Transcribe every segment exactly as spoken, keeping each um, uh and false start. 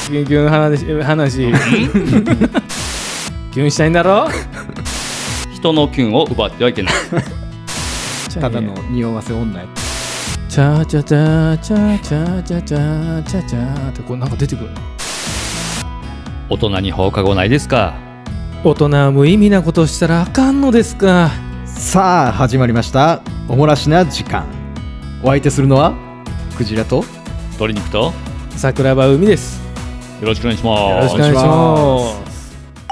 キュンキュン話話キュンしたいんだろ。 人のキュンを奪ってはいけないただの匂わせ女や。 チャーチャチャーチャーチャーチャーチャーチャーチャーってこれなんか出てくる。 大人に放課後ないですか。 大人は無意味なことしたらあかんのですか。 さあ始まりましたおもらしな時間。お相手するのはクジラと鶏肉と桜庭海です。 よろしくお願いします。 よろしくお願いします。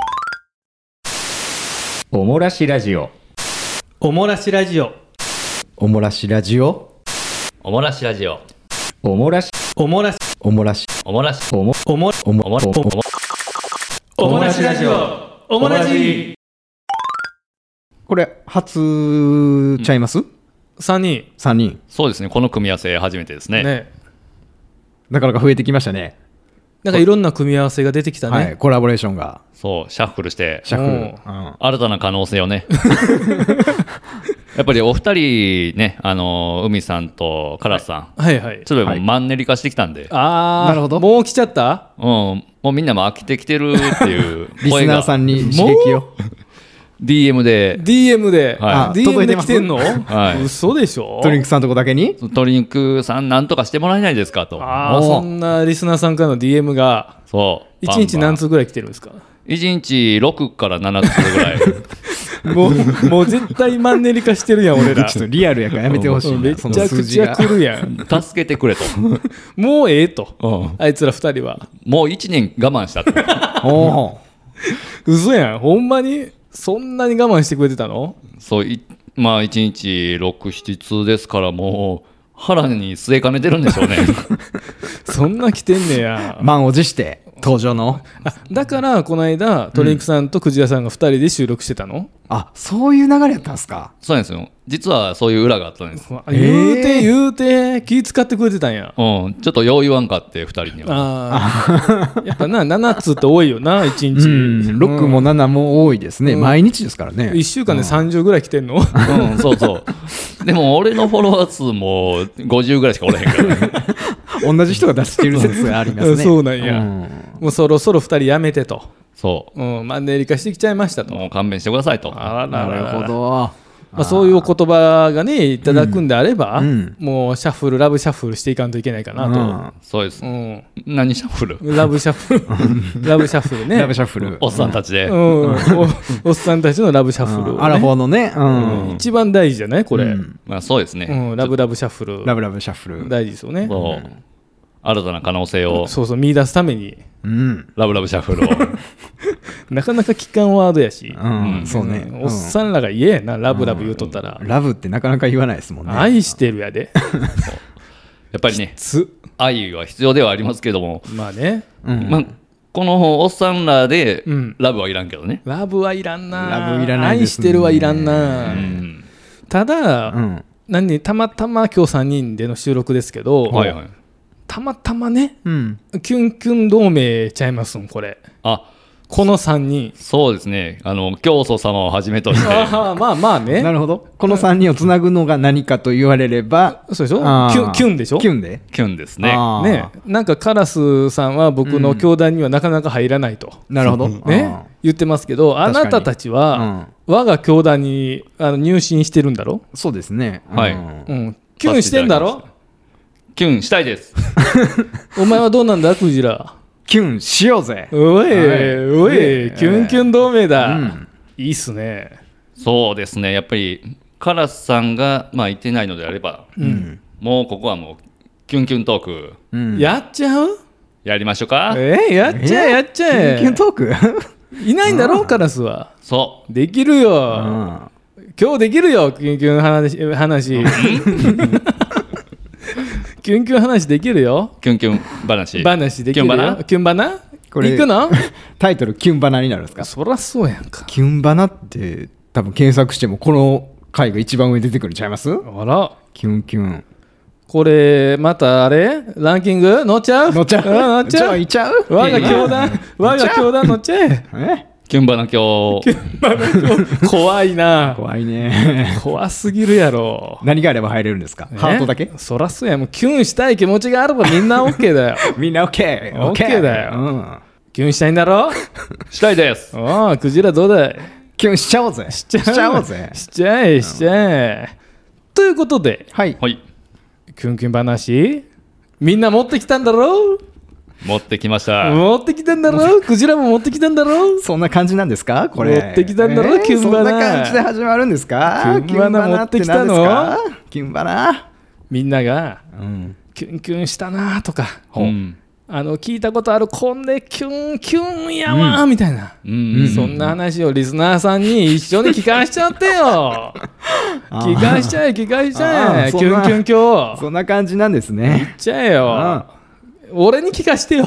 おもらしラジオ。 おもらしラジオ。 おもらしラジオ。 おもらしラジオ。 おもらしおもらしおもらしおもらしおもおもおもおもらおもおもらしラジオ。おもらし。 これ初ちゃいます、うん、 さんにんさんにん。 そうですね、この組み合わせ初めてですね。 ね、 なかなか増えてきましたね。 なんかいろんな組み合わせが出てきたね、 はい、コラボレーションがそうシャッフルしてシャッフル、 うんうん、 新たな可能性をねやっぱりお二人ね、あの海さんとカラスさん、 はいはい、 ちょっともうマンネリ化してきたんで、 ああなるほど、 もう来ちゃった、 うん、もうみんなも飽きてきてるっていうリスナーさんに刺激をディーエム でディーエム で、 はい、 ディーエム で来てんの、 はい、 嘘でしょ。 鶏肉さんとこだけに鶏肉さんなんとかしてもらえないですかと。 ああ、そんなリスナーさんからの ディーエム がそういちにち何通ぐらい来てるんですか。 いちにちろくからななつぐらいもう、もう絶対マンネリ化してるやん俺ら。 ちょっとリアルやからやめてほしいな、 めちゃくちゃ来るやん助けてくれともうええと、 うん、 あいつらふたりはもういちねん我慢したってお嘘やん、ほんまにそんなに我慢してくれてたの。 そうい、まあいちにちろく、ななつですから、もう腹に据えかねてるんでしょうねそんな来てんねや。 満を持して登場の。 あ、だからこの間鶏肉さんとクジラさんがふたりで収録してたの、うん、 あ、そういう流れやったんですか。 そうなんですよ、実はそういう裏があったんです。 言うて言うて気使ってくれてたんや。 うん、ちょっとよう言わんかってふたりには。 あやっぱなななつって多いよな、いちにち、うん、 ろくもななも多いですね、うん、毎日ですからね。 いっしゅうかんでさんじゅうぐらい来てんの、 うんうん、そうそうでも俺のフォロワー数もごじゅうぐらいしかおらへんから、ね、 同じ人が出してる説がありますねそうなんや、うん、もうそろそろふたりやめてと、 そう、 うん、マンネリ化してきちゃいましたと。 もう勘弁してくださいと。 あらららら、 なるほど。 まあ、そういうお言葉がねいただくんであれば、 うん、 もうシャッフルラブシャッフルしていかんといけないかなと、うん、 そうです、 うん、 何シャッフルラブシャッフルラブシャッフルね、 ラブシャッフル、 おっさんたちで、 うん、お, おっさんたちのラブシャッフル、ね、 アラフォーのね、 うんうん、一番大事じゃないこれ、うん、 まあ、そうですね、 うん、ラブラブシャッフル、 ラブラブシャッフル大事ですよね。 そう、うん、新たな可能性をそうそう見出すために、 うん、 ラブラブシャッフルをなかなか聞かんワードやし、 うんうん、そうね、 うん、おっさんらが言えやな、ラブラブ言うとったら、 うん、ラブってなかなか言わないですもんね。 愛してるやでやっぱりね、愛は必要ではありますけども、 まあね、 うんまあ、このおっさんらでラブはいらんけどね、 うん、ラブはいらんな、 ラブいらないですね、 愛してるはいらんな、 うん、 ただ、 うん、 何たまたま今日さんにんでの収録ですけど、 はいはい、 たまたまね、 うん、 キュンキュン同盟ちゃいますんこれ。 あ、 このさんにん、 そうですね、あの教祖様をはじめとしてあまあまあね、 なるほど。このさんにんをつなぐのが何かと言われれば、 そうでしょ、キュン、キュンでしょ、 キュンでキュンですね。 ね、なんかカラスさんは僕の教団にはなかなか入らないと、 うん、なるほど、 ね、言ってますけど、あなたたちは、うん、我が教団にあの入信してるんだろ。 そうですね、 はい、 うん、キュンしてんだろ。 キュンしたいですお前はどうなんだクジラ。 キュンしようぜ。 おい、はい、おい、キュンキュン同盟だ、うん、いいっすね。 そうですね、やっぱりカラスさんが、まあ、いてないのであれば、うん、もうここはもうキュンキュントーク、 うん、やっちゃうやりましょうか。 えー、やっちゃえ、やっちゃえ。 キュンキュントークいないんだろうカラスは。 そうできるよ、うん、今日できるよキュンキュン話話キュンキュン話できるよ。 キュンキュン話話できるよ。 キュンバナキュンバナこれ行くのタイトルキュンバナになるんですか。 そらそうやんか。 キュンバナって多分検索してもこの回が一番上に出てくるんちゃいます。 あらキュンキュン、 これまたあれランキング乗っちゃう乗っちゃう乗っちゃういっちゃう我が教団我が教団乗っちゃえキキュンバナ教。 怖いな。 怖いね。 怖すぎるやろ。 何があれば入れるんですか？ハートだけ？ そらそうや。もうキュンしたい気持ちがあればみんな OK だよ。 みんな OK。 OK だよ。 うん。 キュンしたいんだろ？ したいです。 ああ、クジラどうだい？ キュンしちゃおうぜ。 しちゃおうぜ。 しちゃえ、しちゃえ。ということで、 はい。 はい。 キュンキュン話、みんな持ってきたんだろう？ 持ってきました。 持ってきたんだろう？クジラも持ってきたんだろう？ そんな感じなんですかこれ？ 持ってきたんだろう、キュンバナ。 そんな感じで始まるんですか？ キュンバナ持ってきたの？ キュンバナ。 みんなが、 うん、 キュンキュンしたなとか、 うん、 あの聞いたことあるこんでキュンキュンやわ、うん、みたいな、うん、そんな話をリスナーさんに一緒に聞かしちゃってよ。聞かしちゃえ聞かしちゃえ。キュンキュン今日そんな感じなんですね。 言っちゃえよ。俺に聞かしてよ。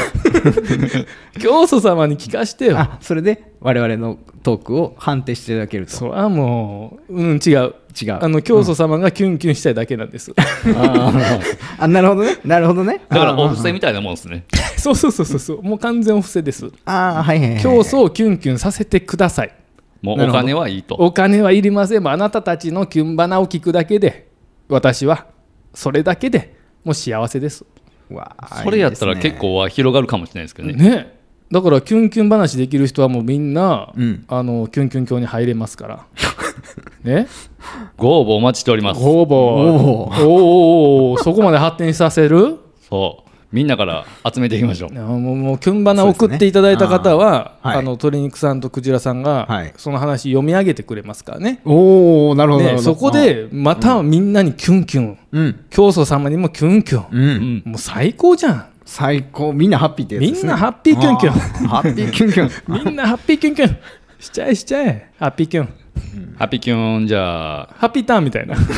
教祖様に聞かしてよ。 あ、それで我々のトークを判定していただけると。 それはもう、うん、違う違う。 あの教祖様がキュンキュンしたいだけなんです。 あ、なるほどね、なるほどね。 だからお布施みたいなもんですね。 そうそうそうそう、もう完全お布施です。 ああ、はいはいはい。 教祖をキュンキュンさせてください。 もうお金はいいと。 お金はいりません。もうあなたたちのキュンバナを聞くだけで、私はそれだけでもう幸せです。 わあ、 それやったら結構は広がるかもしれないですけどね。 ね、だからキュンキュン話できる人はもうみんな、 うん、 あのキュンキュン教に入れますからね。 ご応募お待ちしております。 ご応募、おーおー、そこまで発展させる。 そう、みんなから集めていきましょう。 もうもうキュンバナ送っていただいた方は、あ、 はい、 あの鶏肉さんとクジラさんが、はい、その話読み上げてくれますからね。 おお、なるほど、 ね、そこでまたみんなにキュンキュン、うん、教祖様にもキュンキュン、うん、もう最高じゃん。 最高。みんなハッピーってやつですね。 みんなハッピーキュンキュン。 ハッピーキュンキュン。みんなハッピーキュンキュン。しちゃえしちゃえ。ハッピーキュン。 ハッピーキュンじゃあ。 ハッピーターンみたいな。ハ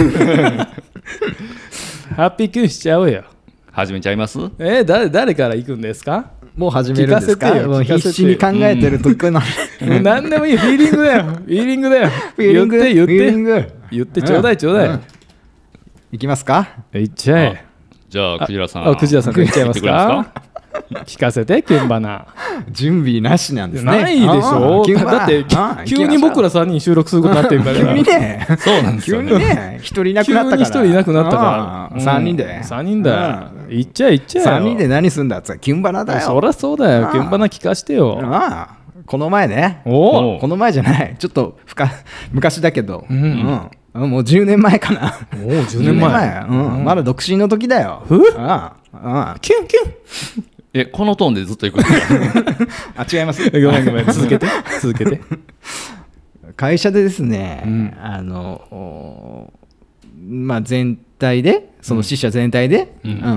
ッピーキュンしちゃおうよ。 始めちゃいます？ えー、誰誰から行くんですか？ もう始めるんですか？もう必死に考えてるとこの、 うん、もう何でもいい。フィーリングだよ。フィーリングだよ。言って言って言ってちょうだいちょうだい。 いきますか？ いっちゃえ。 じゃあクジラさん。 あ、クジラさんからいっちゃいますか？聞かせて、キュンバナ。 準備なしなんですね。 ないでしょ。だって急に僕らさんにん収録することになってるから。 急にね。 そうなんですよね。 急にね、ひとりいなくなったから。 急にひとりいなくなったから。 さんにんで。 さんにんだ。いっちゃえいっちゃえ。 さんにんで何すんだっつったらキュンバナだよ。 そりゃそうだよ。キュンバナ聞かしてよ。 ああ、この前ね。 おこの前じゃない。ちょっと昔だけど。うんもうじゅうねんまえかな。 おお、じゅうねんまえ。 うん、まだ独身の時だよ。 ああ、キュンキュン。 え、このトーンでずっといくんですか？ あ、違います。 ごめんごめん、続けて、続けて。 会社でですね、うん、あの、まあ、全体で、その支社全体で、うんうん、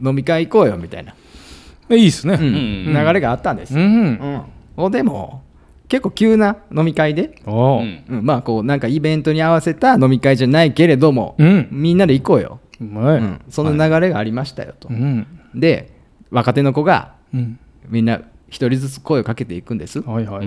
飲み会行こうよみたいな。 いいですね、 うん、流れがあったんです。うんうん、でも、結構急な飲み会で、うんうん、まあこうなんかイベントに合わせた飲み会じゃないけれども、うん、みんなで行こうよ、うん、その流れがありましたよと、はい、で若手の子が、うん、みんな一人ずつ声をかけていくんです、はいはいうん、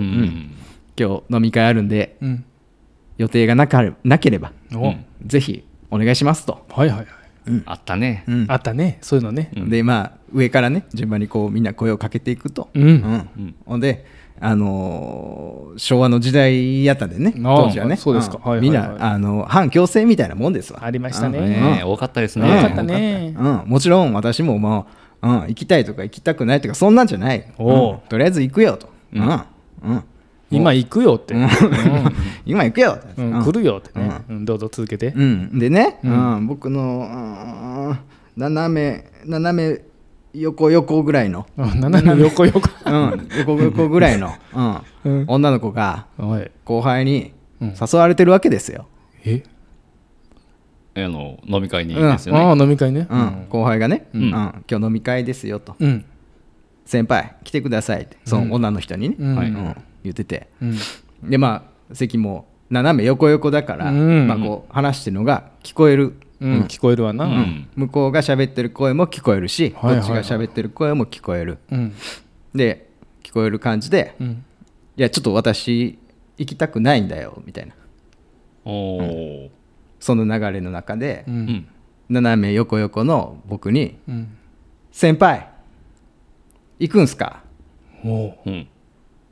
今日飲み会あるんで、うん、予定がなかなければ、うん、ぜひお願いしますと、 はいはいはいうん、あったね、 うん、あったね、そういうのね、 うん、でまあ上からね順番にこうみんな声をかけていくと、うんうんうん、であのー、昭和の時代やったんでね当時はね、 そうですか、はいはいはい、 みんなあの反強制みたいなもんですわ。 ありましたね、 ね、多かったですね、 多かったね、 うん、もちろん私ももう、うん、行きたいとか行きたくないとかそんなんじゃない、うん、とりあえず行くよと、うんうん、 今行くよって、うん、 今行くよって、 うん、来るよってね、うん、どうぞ続けて、 うん、でね、うんうん、僕の、うん、斜め斜め横横ぐらいの斜め横横、 うん、横横ぐらいの、うんうん、女の子が後輩に誘われてるわけですよ、うん、えあの飲み会にですよね、 うん、あ飲み会ね、 うん、後輩がね、うんうん、今日飲み会ですよと、うん、先輩来てくださいってその女の人にね、うんはいうん、言ってて、うん、でまあ席も斜め横横だから、うんまあ、こう話してるのが聞こえる、 うんうん、聞こえるわな、うん、 向こうが喋ってる声も聞こえるし、はいはいはい、こっちが喋ってる声も聞こえる、うん、で聞こえる感じで、うん、いやちょっと私行きたくないんだよみたいな、お、うん、その流れの中で、うん、斜め横横の僕に、うん、先輩行くんすか、お、うん、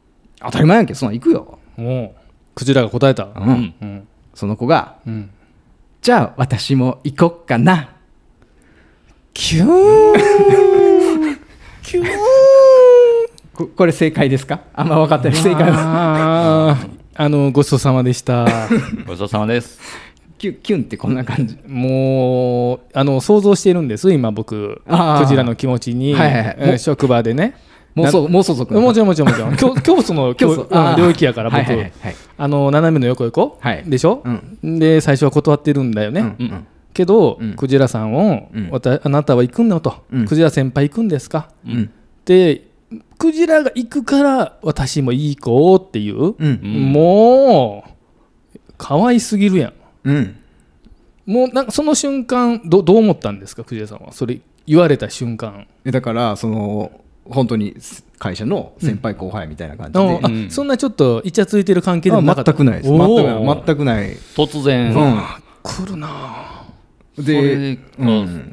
当たり前やんけ、そんなん行くよ。 おうクジラが答えた。 うん、うん、その子が、うん、じゃあ私も行こっかな。 キューンキューンこ, これ正解ですか？あんま分かってない。正解はあのごちそうさまでした。 ごちそうさまです。 キュキュンってこんな感じ。 もうあの想像してるんです今僕クジラの気持ちに、はいはいはい、職場でね。 妄想妄想族。 もちろんもちろんもちろん教教祖の教領域やから僕、はいはいはい、あの斜めの横横、はい、でしょ、うん、で最初は断ってるんだよね、うんうん、けど、うん、クジラさんを、うん、あなたは行くんだよと、うん、クジラ先輩行くんですか、うん、でクジラが行くから私も行こうっていう、うん、もう可愛すぎるやん、うん、もうなんかその瞬間 ど, どう思ったんですかクジラさんはそれ言われた瞬間。 だからその本当に会社の先輩後輩みたいな感じで、 うん、あそんなちょっとイチャついてる関係でもなかった？ 全くないです。全くない全くない。 突然、 うん、来るな。 で、うん、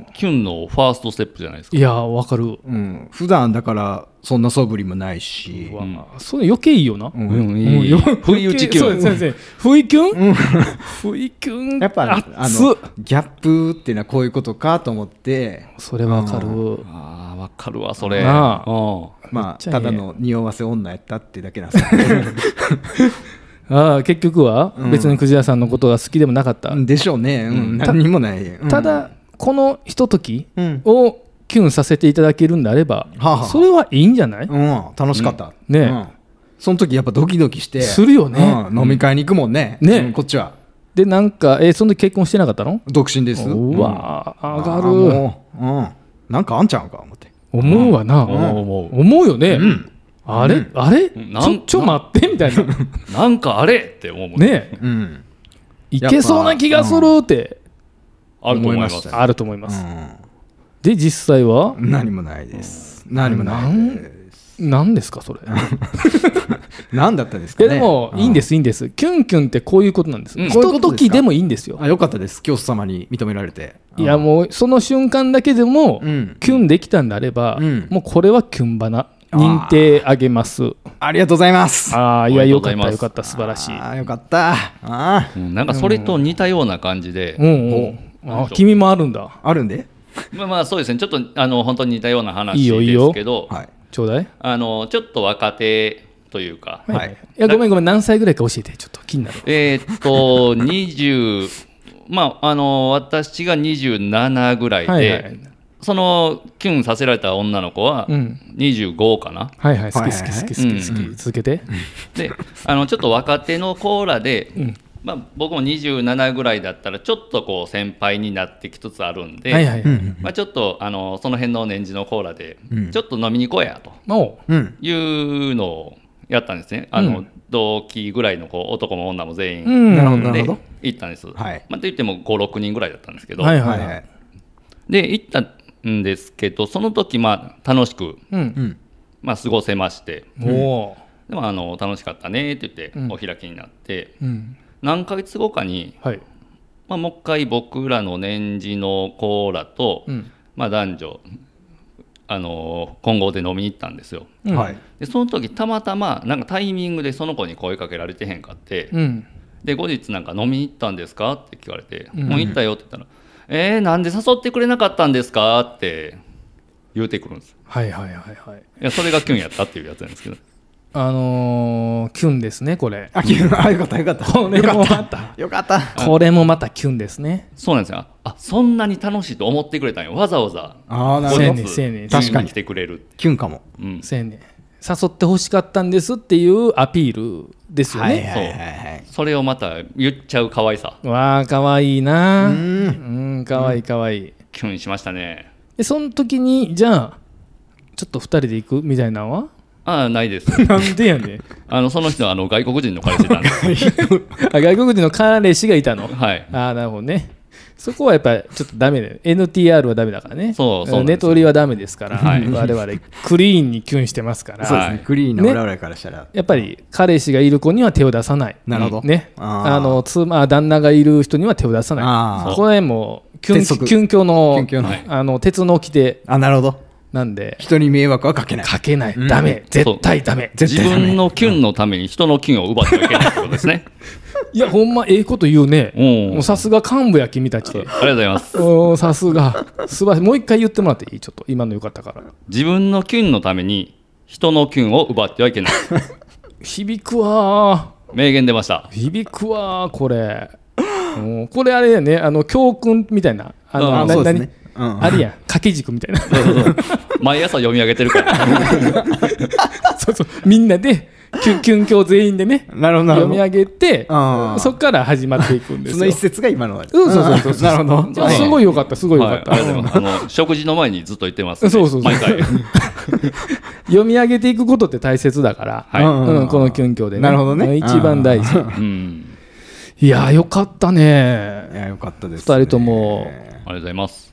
キュンのファーストステップじゃないですか。 いやわかる、 うん、普段だからそんな素振りもないし、 うん、それ余計いいよな、うんうん、いい不意打ちキュン。 そうです不意キュン、うん、不意キュンやっぱあのギャップっていうのはこういうことかと思って。 それわかる、うん、 あわかるわそれ。ああまあただの匂わせ女やったってだけなんですけどああ結局は別にクジラさんのことが好きでもなかった、 うん、でしょうね、うん、何にもない、 うん、ただこのひとときをキュンさせていただけるんであれば、うん、それはいいんじゃない？ うん、楽しかった、 うん、ね、 うん、その時やっぱドキドキしてするよね、 うん、飲み会に行くもんね、ね、うん、こっちはでなんかえその時結婚してなかったの？ 独身です。 うわ、うん、上がる。 もう、うん、なんかあんちゃうか思って思うわな、うん、 思う思うよね、うん、あれ、 うん、 あれちょちょ待ってみたいななんかあれって思うもんね、うん、いけそうな気がするって、 うん、あると思います。 あると思います、うん、で実際は何もないです、うん、何もないです。 何ですかそれ何だったですかね。 でもいいんですいいんです。キュンキュンってこういうことなんです、うん、ひとときでもいいんですよ。 あよかったです。教祖様に認められて。 いやもうその瞬間だけでも、うん、キュンできたんであれば、うん、もうこれはキュンバナ認定あげます。 あ, ありがとうございます。 あいやよかったよかった素晴らしい。 あよかったあ、 うん、なんかそれと似たような感じで、 うんうん、あ君もあるんだ。 あるんでまあまあそうですねちょっとあの本当に似たような話ですけどいいよいいよ、 はい、ちょうだい。 あのちょっと若手というか、 はい、いやごめんごめん何歳ぐらいか教えてちょっと気になる。 えー、っとにじゅうまああの私がにじゅうななぐらいで、はいはい、そのキュンさせられた女の子はにじゅうごかな、うん、 はいはい好き好き好き好き好き、うん、続けて。 であのちょっと若手の子らで、うんまあ、僕もにじゅうななぐらいだったらちょっとこう先輩になってきつつあるんで、はいはいまあ、ちょっとあのその辺の年次のコーラでちょっと飲みに行こうやというのをやったんですね、うん、あの同期ぐらいのこう男も女も全員で行ったんです、はいまあ、といってもごろくにんぐらいだったんですけど、はいはいはい、で行ったんですけどその時まあ楽しく、うんまあ、過ごせまして、うん、でもあの楽しかったねって言ってお開きになって、うんうん何ヶ月後かに、はいまあ、もう一回僕らの年次の子らと、うんまあ、男女あの混合で飲みに行ったんですよ、うん、でその時たまたまなんかタイミングでその子に声かけられてへんかって、うん、で後日なんか飲みに行ったんですかって聞かれて、うん、もう行ったよって言ったら、えー、なんで誘ってくれなかったんですかって言うてくるんです。 はいはいはいはい。 いやそれがキュンやったっていうやつなんですけどあのー、キュンですねこれ。 あキュンあよかったよかったこれもまたよかったこれもまたキュンですね。 そうなんですよ。あそんなに楽しいと思ってくれたんよわざわざ。 あなるほど確かに来てくれるキュンかも、 うん、せんね誘ってほしかったんですっていうアピールですよね。はいはいはいはい、そうそれをまた言っちゃう可愛さ。 わあ可愛いなうんうん可愛い可愛いキュンしましたね。でその時にじゃあちょっとふたりで行くみたいなのはああないですなんでやねんあのその人はあの外国人の彼氏いたんですあ外国人の彼氏がいたの。 はいああなるほどね。そこはやっぱりちょっとダメで エヌティーアール はダメだからね。 そうそうネトリはダメですから、はい、我々クリーンにキュンしてますからそうですねクリーンな我々からしたら、ね、 やっぱり彼氏がいる子には手を出さない。 なるほどねああの妻旦那がいる人には手を出さない。これもキュンキュン教のあの鉄の掟。 あなるほどなんで人に迷惑はかけないかけない、うん、ダメ絶対ダメ自分のキュンのために人のキュンを奪ってはいけないってことですねいやほんまええこと言うね。もうさすが幹部や君たち。ありがとうございます。 おさすが素晴らしい。もう一回言ってもらっていい？ちょっと今のよかったから。 自分のキュンのために人のキュンを奪ってはいけない響くわ名言出ました。 響くわこれこれあれやね、あの教訓みたいなあの、 あそうですね、 うん、あるやん掛け軸みたいなそうそうそう毎朝読み上げてるからそうそうみんなでキュンキュン教全員でね読み上げてそこから始まっていくんですよ。 その一節が今のそうそうそうそうなるほど。 すごいよかったすごいよかった、はい、 あの食事の前にずっと言ってます、ね、 そうそうそう毎回読み上げていくことって大切だから、はいうん、このキュン教でねなるほどね一番大事、うん、いやよかったね。 いやよかったですね。 ふたりともありがとうございます、 うん、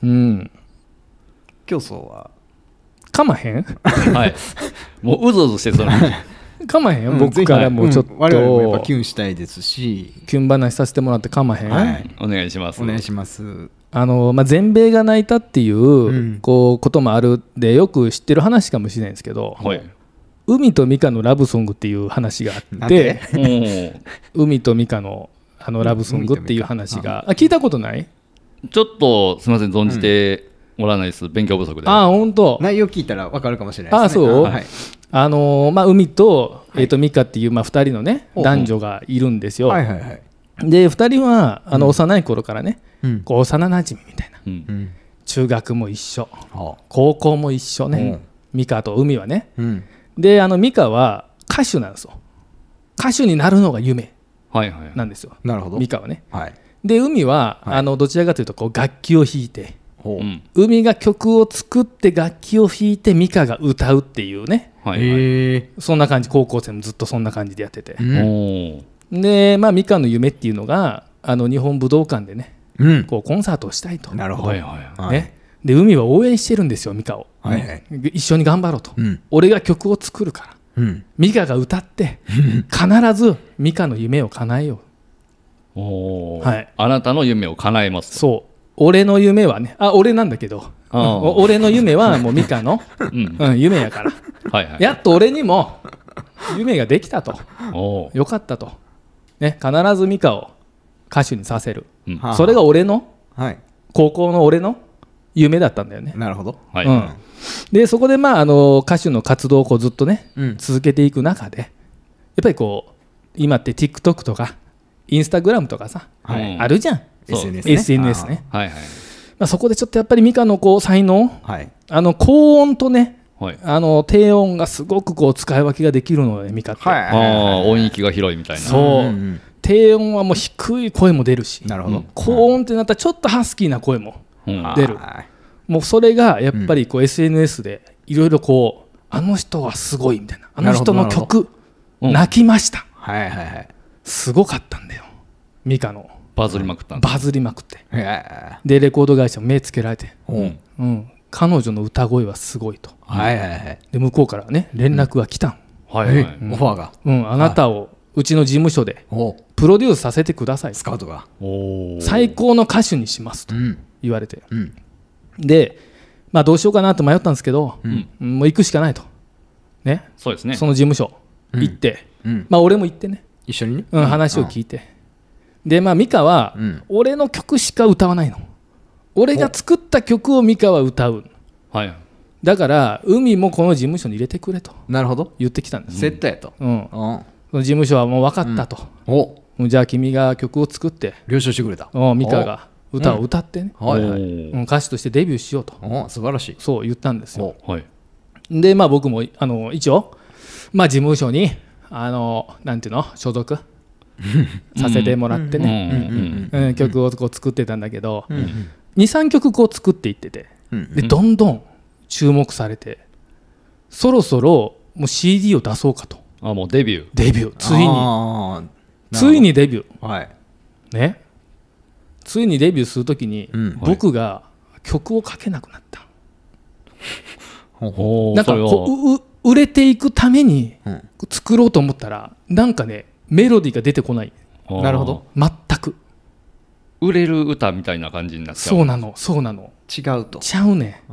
競争はかまへんはいもううずうずしてそのかまへんよ、うん、僕からもちょっと、うん、 我々もやっぱキュンしたいですしキュン話させてもらってかまへん、はい、 お願いしますお願いします。 あの、まあ、全米が泣いたっていう、うん、こうこともあるでよく知ってる話かもしれないんですけど、はい、海とミカのラブソングっていう話があって海とミカのあのラブソングっていう話があ聞いたことない？ ちょっとすみません存じてもらわないです、うん、勉強不足で。 あ本当内容聞いたら分かるかもしれないですね。 あそう、 はい、 あのーまあ、海と、えー、とミカっていう、まあ、ふたりのね男女がいるんですよ、 はいはいはい、 でふたりはあの幼い頃からね、うん、こう幼なじみみたいな、うん、中学も一緒、うん、高校も一緒ね、うん、ミカと海はね、うん、であのミカは歌手なんですよ。歌手になるのが夢なんですよ、はいはい、なるほどミカはね、はい、で海は、はい、あのどちらかというとこう楽器を弾いて、うん、海が曲を作って楽器を弾いてミカが歌うっていうね、はいはい、そんな感じ。高校生もずっとそんな感じでやってて、うん、で、まあ、ミカの夢っていうのがあの日本武道館でね、うん、こうコンサートをしたいと。なるほど、はいはいね、で海は応援してるんですよミカを、はいはい、一緒に頑張ろうと、うん、俺が曲を作るから、うん、ミカが歌って必ずミカの夢を叶えようお、はい、あなたの夢を叶えます。 そう俺の夢はねあ俺なんだけど俺の夢はもうミカの、うんうん、夢やからはい、はい、やっと俺にも夢ができたとよかったと、ね、必ずミカを歌手にさせる、うん、それが俺の、はい、高校の俺の夢だったんだよね。 なるほど、 はいうん、でそこで、まあ、あの歌手の活動をこうずっとね、うん、続けていく中でやっぱりこう今って TikTok とかインスタグラムとかさ、はい、あるじゃんエスエヌエス ね, エスエヌエス ね、はいはいまあ、そこでちょっとやっぱりミカのこう才能、はい、あの高音とね、はい、あの低音がすごくこう使い分けができるのでミカって、はい、 あ音域が広いみたいな。 そう、うんうん、低音はもう低い声も出るし、なるほど、高音ってなったらちょっとハスキーな声も出る、うん、もうそれがやっぱりこう エスエヌエス でいろいろこうあの人はすごいみたいな、あの人の曲泣きました、うんはいはいはい、すごかったんだよミカのバズりまくったんバズりまくってでレコード会社も目つけられて、うんうん、彼女の歌声はすごいと、はいはいはい、で向こうからね連絡が来たん、うんはいはいうん、オファーが、うん、あなたをうちの事務所でプロデュースさせてください、スカウトが最高の歌手にしますと言われて、うん、で、まあ、どうしようかなと迷ったんですけど、うん、もう行くしかないと、ね、そうですね、その事務所行って、うんうんまあ、俺も行ってね一緒にね、 うん、話を聞いて、でまあミカは、うん、俺の曲しか歌わないの。俺が作った曲をミカは歌う、はい、だから海もこの事務所に入れてくれとなるほど言ってきたんです。 セットやと、うん、 その事務所はもう分かったと、うん、じゃあ君が曲を作って了承してくれた。 ミカが歌を歌ってね、うんはいはい、歌手としてデビューしようと素晴らしいそう言ったんですよ、はい、でまあ僕もあの一応、まあ、事務所にあのなんていうの所属させてもらってね曲をこう作ってたんだけど、うんうん、にさんきょくこう作っていってて、うんうん、でどんどん注目されてそろそろもう シーディー を出そうかと。 あもうデビューデビューついについにデビュー、はいね、ついにデビューするときに、うん、僕が曲を書けなくなった、はい、なんかこうう売れていくために作ろうと思ったら、うん、なんかねメロディーが出てこない。 なるほど全く売れる歌みたいな感じになっちゃう。 そうなのそうなの違うとちゃうね、うん、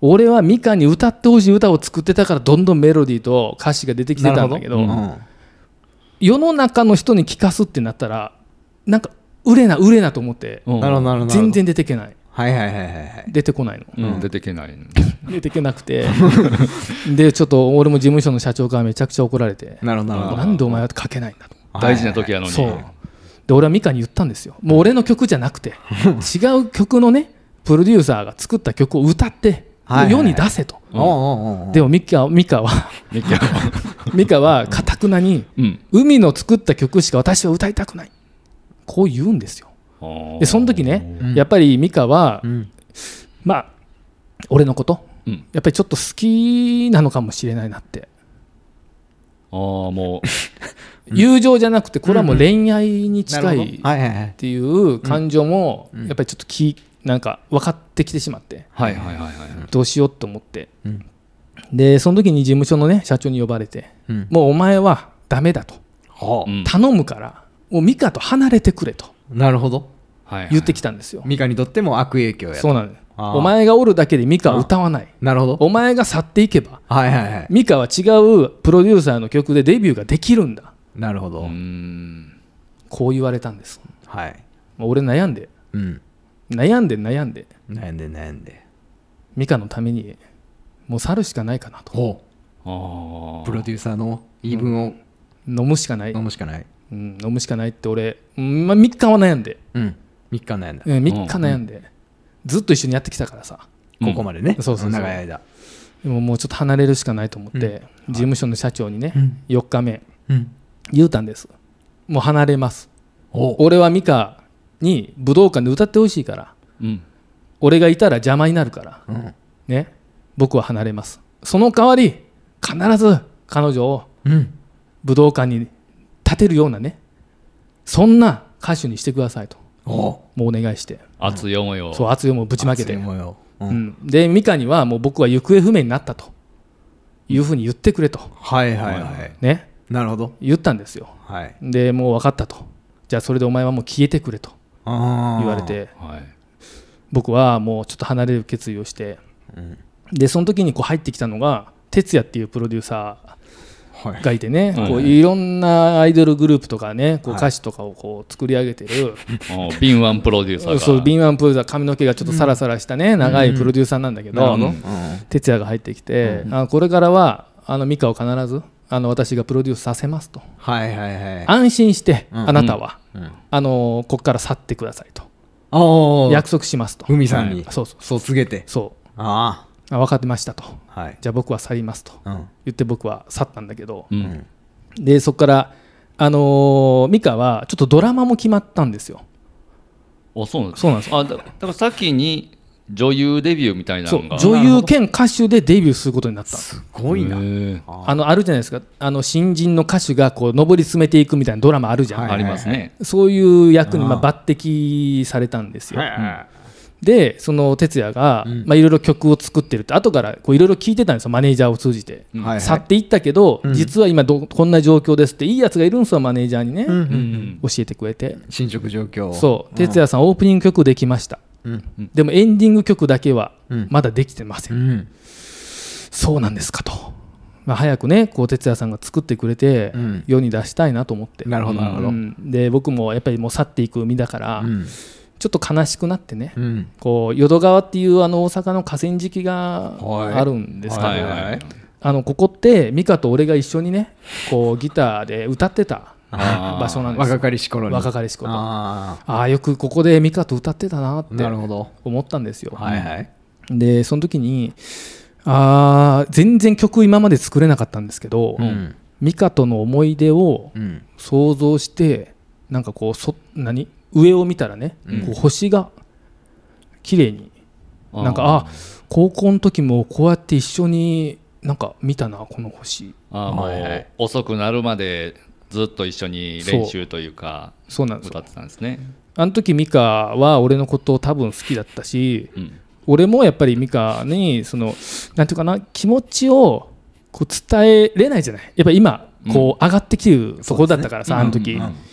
俺はミカに歌ってほしい歌を作ってたからどんどんメロディーと歌詞が出てきてたんだけど、うん、世の中の人に聞かすってなったらなんか売れな売れなと思って、うん、全然出てけない。 はいはいはいはい、 出てこないの、 うん、出てけない出てけなくてでちょっと俺も事務所の社長からめちゃくちゃ怒られて、 なるほどなるほど、 なんでお前は書けないんだと、 大事な時やのに、 そうで俺はミカに言ったんですよ。もう俺の曲じゃなくて違う曲のねプロデューサーが作った曲を歌って世に出せと、はいはいはい、でもミカ、ミカはミカはかたくなに、うん、海の作った曲しか私は歌いたくない、こう言うんですよ。でその時ね、うん、やっぱりミカは、うん、まあ俺のこと、うん、やっぱりちょっと好きなのかもしれないなって。 あもう友情じゃなくてこれはもう恋愛に近いっていう感情もやっぱりちょっときなんか分かってきてしまって、 はいはいはいはい、 どうしようと思って、うん、でその時に事務所のね社長に呼ばれて、うん、もうお前はダメだと、うん、頼むからもうミカと離れてくれと。 なるほど、 言ってきたんですよ。 ミカにとっても悪影響やと。 そうなんです。お前がおるだけでミカは歌わない。 なるほど。 お前が去っていけば、 はいはいはい、 ミカは違うプロデューサーの曲でデビューができるんだ。 なるほど。うーんこう言われたんです。 はい。 俺悩んで、うん、悩んで悩んで悩んで悩んでミカのためにもう去るしかないかなと。 ほう。あプロデューサーの言い分を、 うん、飲むしかない。 飲むしかない。 うん、飲むしかないって俺、うんまあ、みっかは悩んで、 うん、みっか悩んだ、 うん、みっか悩んで、うん、ずっと一緒にやってきたからさ、 うん、ここまでね、 そうそうそう長い間でももうちょっと離れるしかないと思って、うん、事務所の社長にね、うん、よっかめ、うん、言うたんです。もう離れます、俺はミカに武道館で歌ってほしいから、うん、俺がいたら邪魔になるから、うんね、僕は離れます。その代わり必ず彼女を武道館に立てるようなね、そんな歌手にしてくださいと、もうお願いして、 熱い思いを、 そう熱い思いをぶちまけて、うんうん、でミカにはもう僕は行方不明になったというふうに言ってくれと、 はいはいはいね、 なるほど言ったんですよ、はい、でもう分かったと、じゃあそれでお前はもう消えてくれと言われて、はい、僕はもうちょっと離れる決意をして、うん、でその時にこう入ってきたのが哲也っていうプロデューサーがいてね、はい、こういろんなアイドルグループとかね、こう歌詞とかをこう作り上げてる、 はい、敏腕プロデューサーが、 そう敏腕プロデューサー、髪の毛がちょっとサラサラしたね、うん、長いプロデューサーなんだけど、うん、哲也が入ってきて、うん、あこれからはあのミカを必ずあの私がプロデュースさせますと、 はいはいはい、 安心して、うん、あなたは、うん、あのここから去ってくださいと約束しますと、 海さんに、 はい、そうそうそう告げて、 そうああ分かってましたと、はい、じゃあ僕は去りますと、うん、言って僕は去ったんだけど、うん、でそこから、あのー、ミカはちょっとドラマも決まったんですよ。 あそうなんですか。 そうなんです。 あだから先に女優デビューみたいなのが、 女優兼歌手でデビューすることになった。 すごいな。 あのあるじゃないですか、あの新人の歌手がこう上り詰めていくみたいなドラマあるじゃん、はいはいはい、 ありますね。 そういう役にまあ抜擢されたんですよ、はいはいはい、でその哲也がいろいろ曲を作ってるって後からいろいろ聞いてたんですよ、マネージャーを通じて、うん、去っていったけど、はいはい、実は今どこんな状況ですっていいやつがいるんですよ、マネージャーにね、うんうんうん、教えてくれて、 進捗状況、 そう哲也さんオープニング曲できました、うん、でもエンディング曲だけはまだできてません、うん、そうなんですかと、まあ、早くねこう哲也さんが作ってくれて、うん、世に出したいなと思って、 なるほどなるほど、うん、 で僕もやっぱりもう去っていく身だから、うんちょっと悲しくなってね、うん、こう淀川っていうあの大阪の河川敷があるんですけど、はいはいはい、あのここってミカと俺が一緒にねこうギターで歌ってた場所なんですよ。 若かりし頃に若かりし頃ああよくここでミカと歌ってたなって思ったんですよ。 はいはい、 でその時にあ全然曲今まで作れなかったんですけど、うん、ミカとの思い出を想像して、うん、なんかこうそ何上を見たらね、うん、こう星が綺麗になんかあ高校の時もこうやって一緒になんか見たなこの星。 あもう、はいはい、遅くなるまでずっと一緒に練習というかそうなんです歌ってたんですね。 あの時ミカは俺のことを多分好きだったし、うん、俺もやっぱりミカにそのなんていうかな気持ちをこう伝えれないじゃない。やっぱり今こう上がってきてるところだったからさ、うん、あの時、うんうん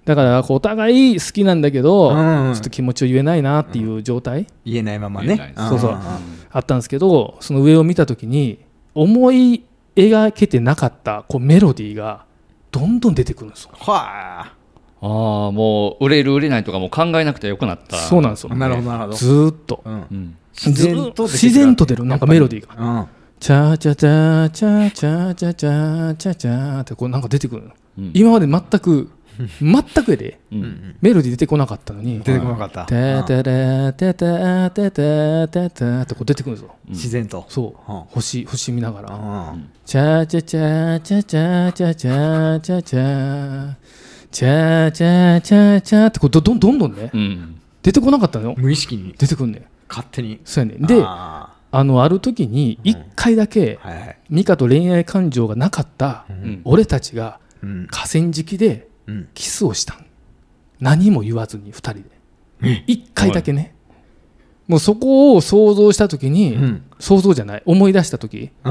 だからこうお互い好きなんだけど、うんうん、ちょっと気持ちを言えないなっていう状態、うん、 言えないままね、 そうそうあったんですけど、その上を見た時に思い描けてなかったこうメロディーがどんどん出てくるんですよ。 はあ、あもう売れる売れないとかも考えなくてよくなった。 そうなんですよ、ね、 なるほどなるほど。 ずーっと、うん、自然と自然と出るなんかメロディーが、うん、チャチャチャチャチャチャチャチャチャってこうなんか出てくる、うん、今まで全く全くやで、うん、メロディー出てこなかったのに出てこなかったテテレテテテテテテってこう出てくるんですよ、 うん、自然とそう、うん、星星見ながら、うん、チャチャチャチャチャチャチャチャチャチャチャチャチャってこう ど, どんどんどんね、うん、出てこなかったの無意識に出てくるね勝手に。 そうやね。で あ, あのある時にいっかいだけ、うんはいはい、ミカと恋愛感情がなかった俺たちが河川敷でキスをした、うん、何も言わずにふたりでいっかいだけね、もうそこを想像した時に、うん、想像じゃない思い出した時、うん、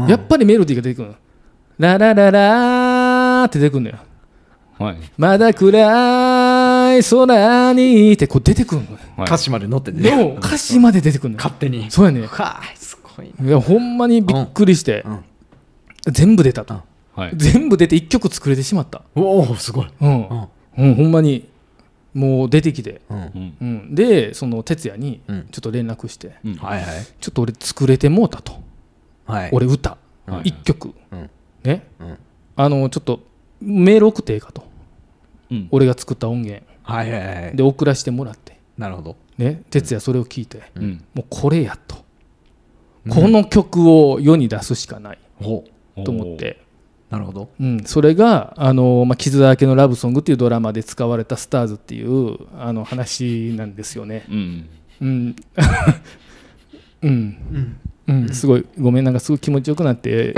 やっぱりメロディーが出てくるの。ララララーって出てくるのよ、はい、まだ暗い空にってこう出てくるのよ、 はい、歌詞まで載ってね歌詞まで出てくるのよ勝手に。 そうやね。 はあ、すごいいやほんまにびっくりして、うん、全部出たと、はい、全部出ていっきょく作れてしまった。 おおすごい、 うんうんうん、ほんまにもう出てきて、うんうん、でその哲也にちょっと連絡して、うんはいはい、ちょっと俺作れてもうたと、はい、俺歌、はい、いっきょく、うんねうん、あのちょっとメール送ってええかと、うん、俺が作った音源、はいはいはい、で送らせてもらって、 なるほど、 ね、哲也それを聞いて、うん、もうこれやと、うん、この曲を世に出すしかない、うん、と思って、 なるほど、 うん、それがあの、まあ、傷だらけのラブソングっていうドラマで使われたスターズっていうあの話なんですよね。うんうんうんうんうん、すごいごめんなんかすごい気持ちよくなって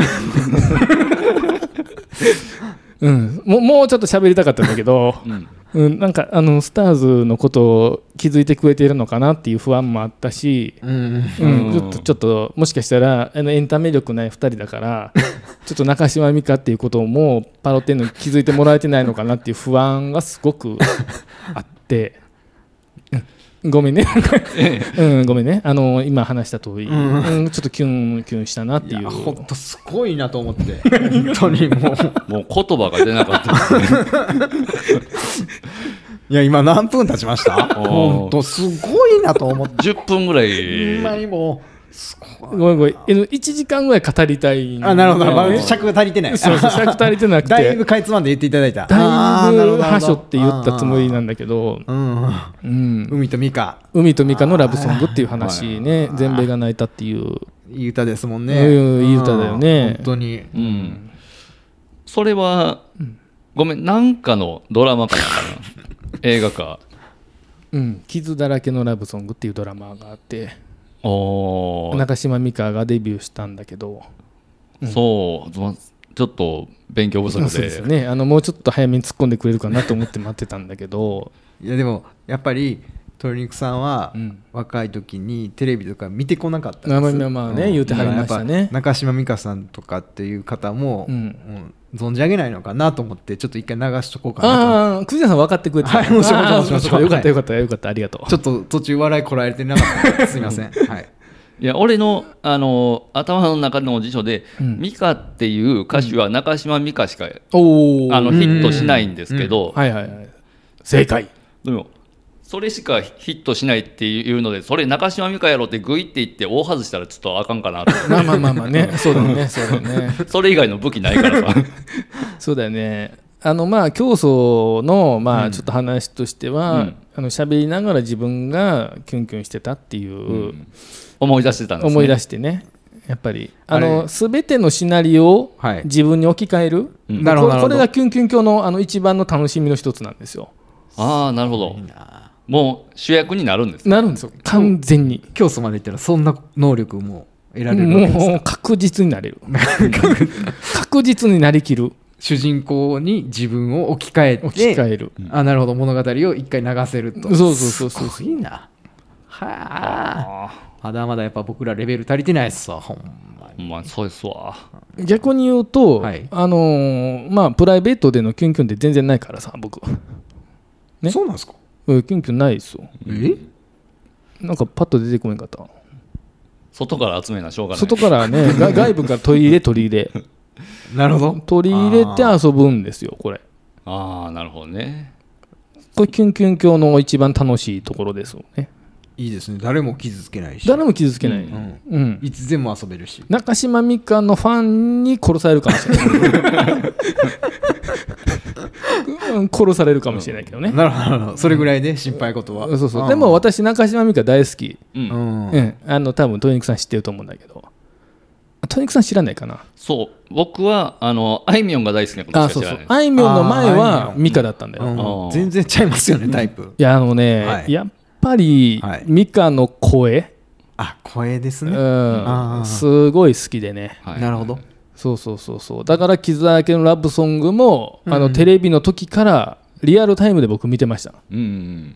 うん、も, もうちょっと喋りたかったんだけど、うんうん、なんかあのスターズのことを気づいてくれているのかなっていう不安もあったし、うんうん、ちょっとちょっともしかしたらあのエンタメ力ないふたりだからちょっと中島美嘉っていうことをもうパロってんのに気づいてもらえてないのかなっていう不安がすごくあってごめんね、うん、ごめんねあの今話した通り、うんうん、ちょっとキュンキュンしたなっていう。いやほんとすごいなと思って本当にもうもう言葉が出なかったですねいや今何分経ちましたほんとすごいなと思ってじゅっぷんぐらいほんまにもうごめんごめんいちじかんぐらい語りたい。 あなるほど、まあ、尺が足りてないそうそう尺足りてなくてだいぶかいつまんで言っていただいた。 だいぶはしょって言ったつもりなんだけど、 うんうん、海と美香海と美香のラブソングっていう話ね、全米が泣いたっていういい歌ですもんね。 いい歌だよね本当に、うん、 それは、うん、ごめんなんかのドラマかな映画か、 うん、傷だらけのラブソングっていうドラマがあって中島美嘉がデビューしたんだけど、 うん、そうちょっと勉強不足で、 そうですよね、あのもうちょっと早めに突っ込んでくれるかなと思って待ってたんだけどいやでもやっぱり鶏肉さんは若い時にテレビとか見てこなかったんです。 まあまあまあね、うん、言うてはりましたね。 中島美嘉さんとかっていう方も、うんうん存じ上げないのかなと思ってちょっと一回流しとこうかなと。 ああ、くじさん分かってくれてた。はい、もちろんもちろんもちろん。よかったよかったよかったありがとう。 ちょっと途中笑いこらえてなかったすいません。はい。 いや俺のあの頭の中の辞書で、うん、美香っていう歌手は中島美嘉しか、うん、あのヒットしないんですけど、 はいはいはい。正解。 でもそれしかヒットしないっていうのでそれ中島美嘉やろってグイって言って大外したらちょっとあかんかなとまあまあまあまあねそうだよねそうだよねそれ以外の武器ないからさそうだよね。あのまあ教祖のまあちょっと話としては、うん、あの喋りながら自分がキュンキュンしてたっていう、うん、 思い出してたんですね。 思い出してねやっぱりあの全てのシナリオを自分に置き換える、はい、なるほどこれがキュンキュン教のあの一番の楽しみの一つなんですよ。 ああなるほど。いいな。もう主役になるんです、ね、 なるんですよ完全に。 教祖までいったらそんな能力も得られるわけですか。 もう確実になれる確実になりきる主人公に自分を置き換えて置き換える、 うん、あなるほど物語を一回流せると。 そうそうそうそうすごいな。はあまだまだやっぱ僕らレベル足りてないっすわほんまに。 まあそうですわ。 逆に言うと、はい、あのー、まあプライベートでのキュンキュンって全然ないからさ僕ね、そうなんですか？ キュンキュンないですよ。 えなんかパッと出てこないかった。 外から集めなしょうがない。 外からね外部から取り入れ取り入れなるほど。 取り入れて遊ぶんですよこれ。 ああなるほどね。 これキュンキュン教の一番楽しいところですよね。 いいですね。誰も傷つけないし、 誰も傷つけない、うんうん、いつでも遊べるし、 中島美嘉のファンに殺されるかもしれない殺されるかもしれないけどね。 なるほど。それぐらいで心配事は、 そうそう。でも私中島美嘉大好き、 うんうん、あの多分トニックさん知ってると思うんだけど、トニックさん知らないかな。 そう僕はあのあいみょんが大好きなことしか知らない。 あいみょんの前は美嘉だったんだよ、 うん、全然ちゃいますよねタイプ。 いやあのね、はい、やっぱり美嘉の声、 あ声ですね、 うん、すごい好きでね、 はい、なるほど。 そうそうそうそう。だから傷だらけのラブソングも、うん、あのテレビの時からリアルタイムで僕見てました、うん、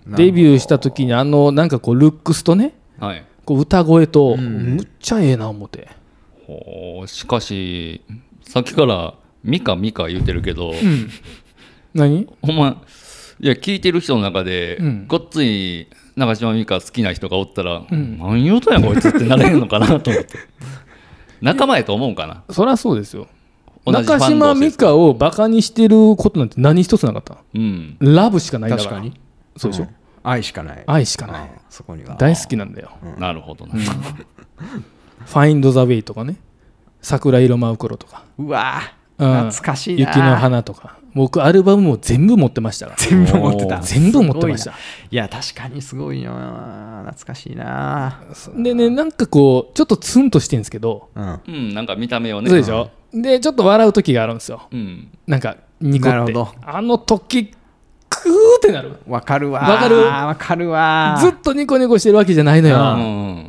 デビューした時にあのなんかこうルックスとね、はい、こう歌声と、うん、むっちゃええな思って。 ほうしかしさっきからミカミカ言うてるけど、うん、 何ほんまいや聞いてる人の中で、うん、ごっつい中島美嘉好きな人がおったら、うん、何言うとんやこいつってなれるのかなと思って仲間やと思うんかな。 そりゃそうですよ。中島美嘉をバカにしてることなんて何一つなかった、うん、ラブしかないんだから。確かにそうでしょ、うん、 愛しかない愛しかない。 そこには大好きなんだよ、 うん、なるほどな、 うん、ファインドザウェイとかね、桜色舞う頃とか、 うわ懐かしいな、 雪の花とか、僕アルバムも全部持ってましたから。 全部持ってた。 全部持ってました。 いや確かにすごいな、懐かしいな。 でね、なんかこうちょっとツンとしてるんですけど、 うん、うん、なんか見た目をね、 そうでしょ、うん、でちょっと笑う時があるんですよ、うん、なんかニコって、あの時クーってなる。 わかるわわかるわかるわ。 ずっとニコニコしてるわけじゃないのよ、うん、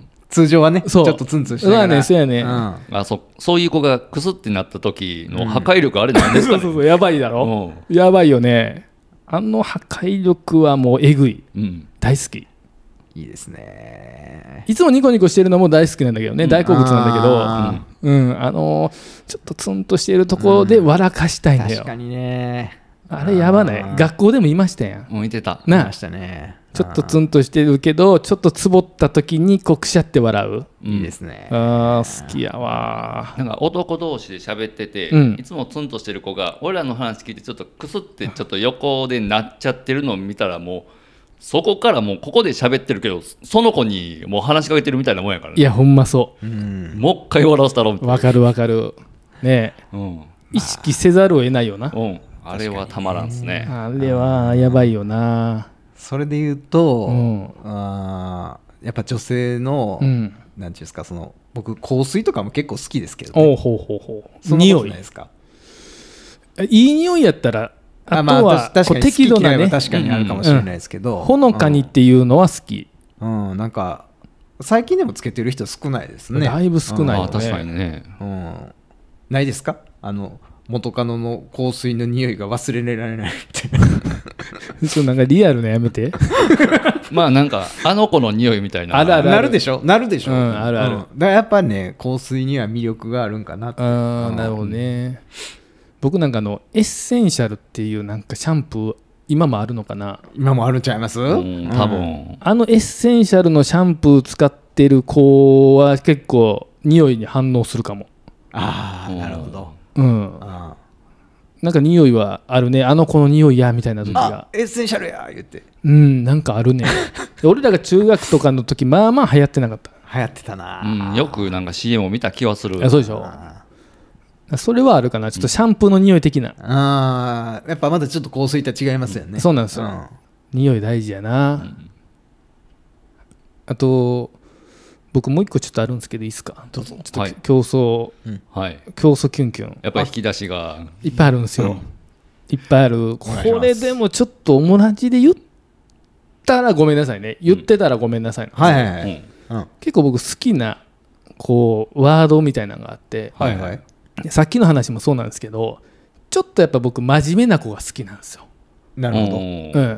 通常はね、ちょっとツンツンしてるから。 そうやね、そうやね、うん、 あ そ, そういう子がクスってなった時の破壊力あれなんですかね、うん、 そうそうそう、やばいだろ、うん、やばいよね。あの破壊力はもうえぐい、うん、大好き。 いいですね。 いつもニコニコしてるのも大好きなんだけどね、うん、大好物なんだけど、あ,、うんうん、あのー、ちょっとツンとしているところで笑かしたいんだよ、うん、 確かにね。 あれやばない？学校でもいましたやん。 もういてた。 なあ、 いましたね。 ちょっとツンとしてるけどちょっとつぼった時にこうくしゃって笑う。 いいですね。 あ好きやわ。 なんか男同士で喋ってて、うん、いつもツンとしてる子が俺らの話聞いてちょっとクスってちょっと横でなっちゃってるのを見たら、もうそこからもうここで喋ってるけどその子にもう話しかけてるみたいなもんやからね。 いやほんまそう、 うん、もう一回笑わせたろみたいな。 わかるわかるねえ、うん、意識せざるを得ないよな、 うん、あれはたまらんですね。 あれはやばいよな。 それで言うと、うん、あやっぱ女性の、うん、なんていうんですか、その僕香水とかも結構好きですけど、ね、 おほうほうほう。 そんなことないですか？ いい匂いやったらあとは、 まあ、確かに適度なね、確かにあるかもしれないですけど、うん、 ほのかにっていうのは好き、 うんうん、なんか最近でもつけてる人少ないですね。 だいぶ少ないよね、 うん、確かにね、 うん、ないですか？あの元カノの香水の匂いが忘れられないってそう、なんかリアルなやめてまあなんかあの子の匂いみたいなあるあるあるなるでしょなるでしょ、 うん、あるある、うん、 だからやっぱね香水には魅力があるんかなって。 あ、うん、なるほどね。僕なんかあのエッセンシャルっていうなんかシャンプー今もあるのかな。 今もあるんちゃいます？うん、 多分あのエッセンシャルのシャンプー使ってる子は結構匂いに反応するかも。 ああ、なるほど。 うん、あなんか匂いはあるね、あの子の匂いやみたいな時が。 あエッセンシャルや言って、 うん、なんかあるね俺らが中学とかの時まあまあ流行ってなかった。 流行ってたな、 うん、よくなんか シーエム を見た気はする。 あそうでしょ。それはあるかな、ちょっとシャンプーの匂い的な、 うん、あやっぱまだちょっと香水と違いますよね、 うん、そうなんですよ、うん、匂い大事やな、うん、あと僕もう一個ちょっとあるんですけどいいですか？ どうぞ。 ちょっと競争、はい、競争キュンキュンやっぱり引き出しがいっぱいあるんですよ、うん、いっぱいある。これでもちょっとおもらじで言ったらごめんなさいね、言ってたらごめんなさい、うん、 はいはいはい、 うん、結構僕好きなこうワードみたいなのがあって、 はいはい、 さっきの話もそうなんですけどちょっとやっぱ僕真面目な子が好きなんですよ。 なるほど、うん、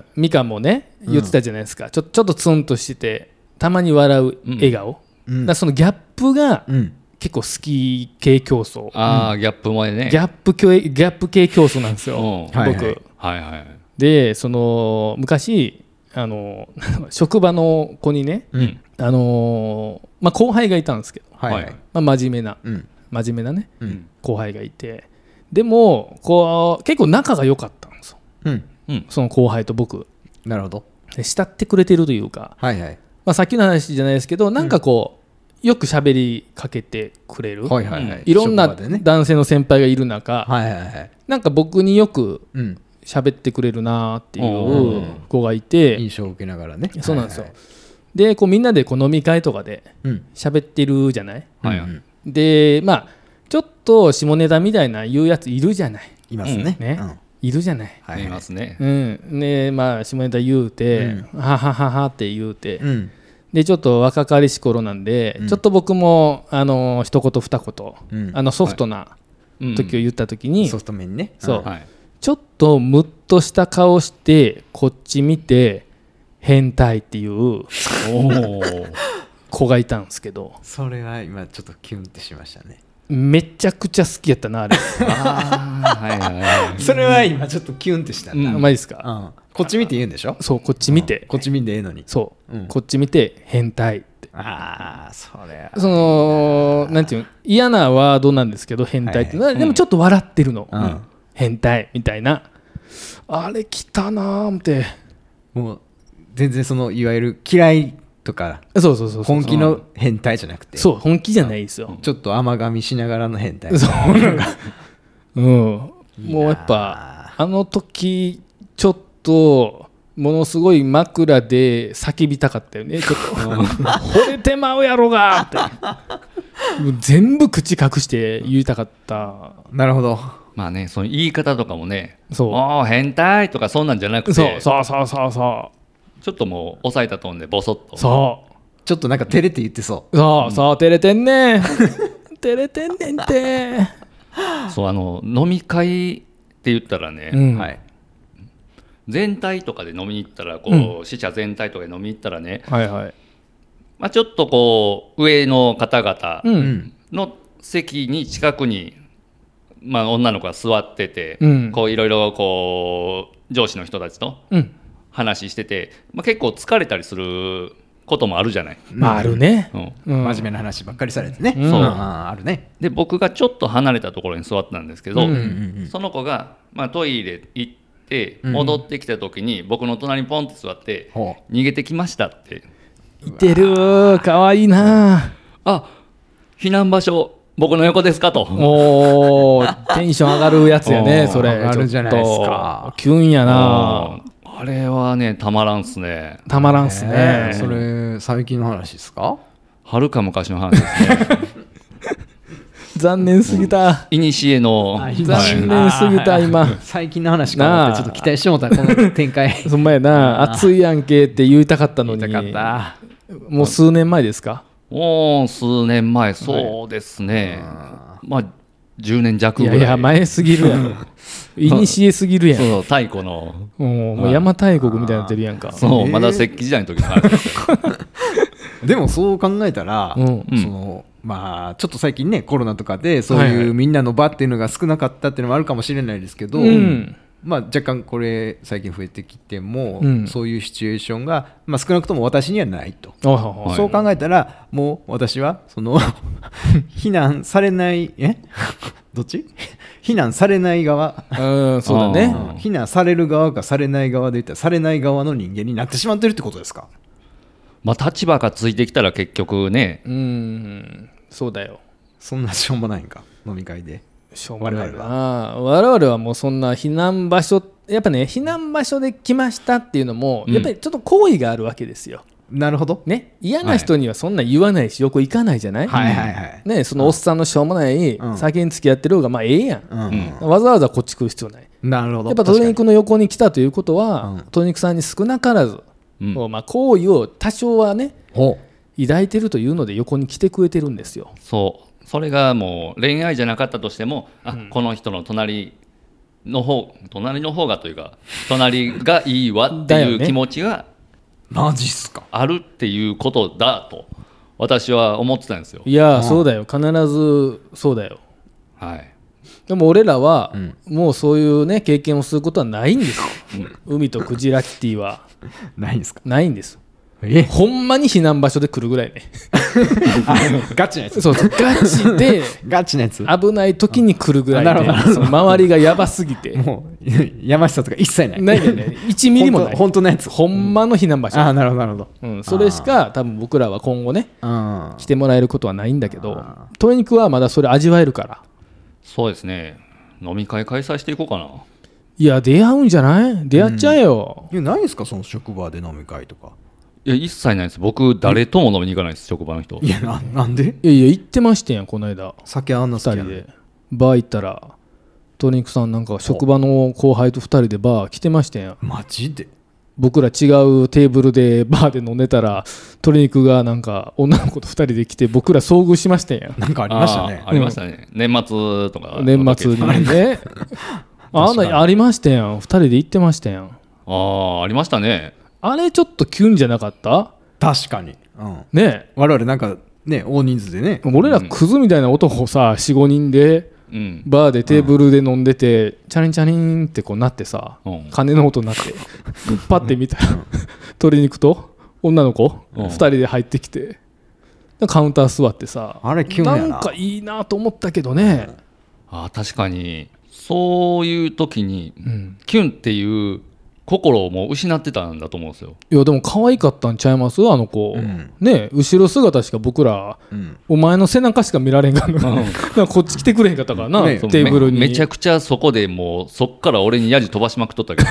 みかんもね言ってたじゃないですか、うん、ちょ、ちょっとツンとしててたまに笑う笑顔、うん、だそのギャップが結構好き系競争、 ああ、うん、ギャップもね、 ギャップ系ギャップ系競争なんですよ、僕、 はいはいはい、 でその昔あの職場の子にね、うん、あのまあ、後輩がいたんですけど、はいまあ、真面目な、うん、真面目なね、うん、後輩がいて、でもこう結構仲が良かったんですよ、うんうん、その後輩と僕。 なるほど。 慕ってくれてるというか、はいはいまあ、さっきの話じゃないですけど、なんかこう、うん、よく喋りかけてくれる、はいはいはい、いろんな男性の先輩がいる中、はいはいはい、なんか僕によく喋ってくれるなっていう子がいて、 印象を受けながらね。 そうなんですよ、はいはい、でこうみんなでこう飲み会とかで喋ってるじゃない、うんはいはい、でまあちょっと下ネタみたいな言うやついるじゃない。 いますね、 ね、うんいるじゃない、 はい、いますね、 うんねまあ、下ネタ言うて、うん、ははははって言うて、うん、でちょっと若かりし頃なんで、うん、ちょっと僕もあの一言二言、うん、あのソフトな時を言った時に、 うん、ソフト面ね、 そう、はい、ちょっとムッとした顔してこっち見て変態っていう子がいたんですけど、 それは今ちょっとキュンってしましたね。 めちゃくちゃ好きやったなあれあはいはいはいそれは今ちょっとキュンってしたんだ、 うん、うまいですか、 うん、こっち見て言うんでしょ。 そうこっち見て、 うん、こっち見てええのにそう、うん、こっち見て変態って。 ああそれそのなんていう嫌なワードなんですけど変態って、はいはい、でもちょっと笑ってるの、うん、変態みたいな、あれきたなーってもう全然そのいわゆる嫌いとかそうそうそうそう本気の変態じゃなくて、 そう本気じゃないですよ、 ちょっと甘噛みしながらの変態そううん、もうやっぱあの時ちょっとものすごい枕で叫びたかったよね。ちょっと惚れてまうやろがってもう全部口隠して言いたかった。 なるほど。 まあね、その言い方とかもね、そうもう変態とかそんなんじゃなくて、 そうそうそうそうそうちょっともう抑えたトーンでボソッと、 そうちょっとなんか照れて言ってそう、 そうそう照れてんね照れてんねんってそうあの飲み会って言ったらね、うんはい、全体とかで飲みに行ったらこう、うん、死者全体とかで飲みに行ったらね、はいはいまあ、ちょっとこう上の方々の席に近くに、まあ、女の子が座ってて、うん、こういろいろこう上司の人たちと、うん話してて、まあ、結構疲れたりすることもあるじゃない。 まああるね、 うん、真面目な話ばっかりされてね、うん、そうああるね。 で僕がちょっと離れたところに座ったんですけど、うんうんうん、その子が、まあ、トイレ行って戻ってきた時に僕の隣にポンって座って、うん、逃げてきましたっていてるかわいいなあ避難場所僕の横ですかとおテンション上がるやつやねそれ上がるじゃないですかキュンやなあれはねたまらんっすねたまらんっすね、 えー、それ最近の話ですかはるか昔の話ですね残念すぎたいにしえの残念すぎた今最近の話かってちょっと期待してもらったこの展開そんまやな熱いやんけって言いたかったのに言いたかったもう数年前ですかもう数年前そうですね、はい、まあじゅうねん弱ぐらい。 いやいや前すぎるやんいにしえすぎるやんそう太古のもう邪馬台国みたいになってるやんかそう、えー、まだ石器時代の時の話でもそう考えたら、うん、そのまあちょっと最近ねコロナとかでそういうみんなの場っていうのが少なかったっていうのもあるかもしれないですけど、うん、まあ若干これ最近増えてきても、うん、そういうシチュエーションが、まあ、少なくとも私にはないと、はい、そう考えたらもう私はその非難されないえどっち非難されない側うんそうだね非難される側かされない側で言ったらされない側の人間になってしまってるってことですか。 まあ立場がついてきたら結局ねうんそうだよそんなしょうもないんか飲み会でしょうもないな我々はもうそんな避難場所やっぱね避難場所で来ましたっていうのも、うん、やっぱりちょっと好意があるわけですよ。 なるほど、 ね、嫌な人にはそんな言わないし、はい、横行かないじゃない、はいはいはいね、そのおっさんのしょうもない、うん、先に付き合ってる方がまあええやん、うん、わざわざこっち来る必要ない。なるほど。やっぱ鶏肉の横に来たということは、うん、鶏肉さんに少なからず、うんまあ、好意を多少はね抱いてるというので横に来てくれてるんですよ。 そうそれがもう恋愛じゃなかったとしてもあ、うん、この人の隣の方隣の方がというか隣がいいわっていう気持ちがマジっすかあるっていうことだと私は思ってたんですよ。 いやそうだよ必ずそうだよ。 はいでも俺らは、うん、もうそういうね経験をすることはないんですよ、うん、海とクジラキティはないんですか？ ないんです。えほんまに避難場所で来るぐらいねガチなやつ。 そうそうガチでガチなやつ危ない時に来るぐらいで、その周りがやばすぎてもう山下とか一切ないないねねいちミリもない。 本当のやつ、 ほんまの避難場所、 うん、あなるほどなるほど、 うん、それしか多分僕らは今後ね来てもらえることはないんだけど、鶏肉はまだそれ味わえるから。 そうですね、飲み会開催していこうかな。 いや出会うんじゃない？出会っちゃえよ、 うん、いやないんですかその職場で飲み会とか？ いや一切ないです。僕誰とも飲みに行かないです、職場の人。 いや な, なんでいやいや行ってましたやんこの間。 酒あんな好きやね、ふたりでバー行ったら鶏肉さんなんか職場の後輩とふたりでバー来てましたやん。 マジで？ 僕ら違うテーブルでバーで飲んでたら鶏肉がなんか女の子とふたりで来て僕ら遭遇しましたやん。 なんかありましたね。 あ, ありましたね、うん、年末とか年末にねあんなありましたやん。ふたりで行ってましたやん。 ああありましたね。 あれちょっとキュンじゃなかった？ 確かに、うん、 ね我々なんかね大人数でね俺らクズみたいな男さ よん,ご 人で、うん、バーでテーブルで飲んでて、うん、チャリンチャリンってこうなってさ、うん、鐘の音になってパッて見たら、うん、鶏肉と女の子、うん、ふたりで入ってきてカウンター座ってさ、 あれキュンやな。 なんかいいなと思ったけどね、 うん、あ確かにそういう時に、うん、キュンっていう心をもう失ってたんだと思うんですよ。 いやでも可愛かったんちゃいますあの子、うん、ね後ろ姿しか僕ら、うん、お前の背中しか見られんかんの、うん、なんかこっち来てくれへんかったからな、ね、テーブルにめ, めちゃくちゃそこでもうそっから俺にヤジ飛ばしまくっとったけど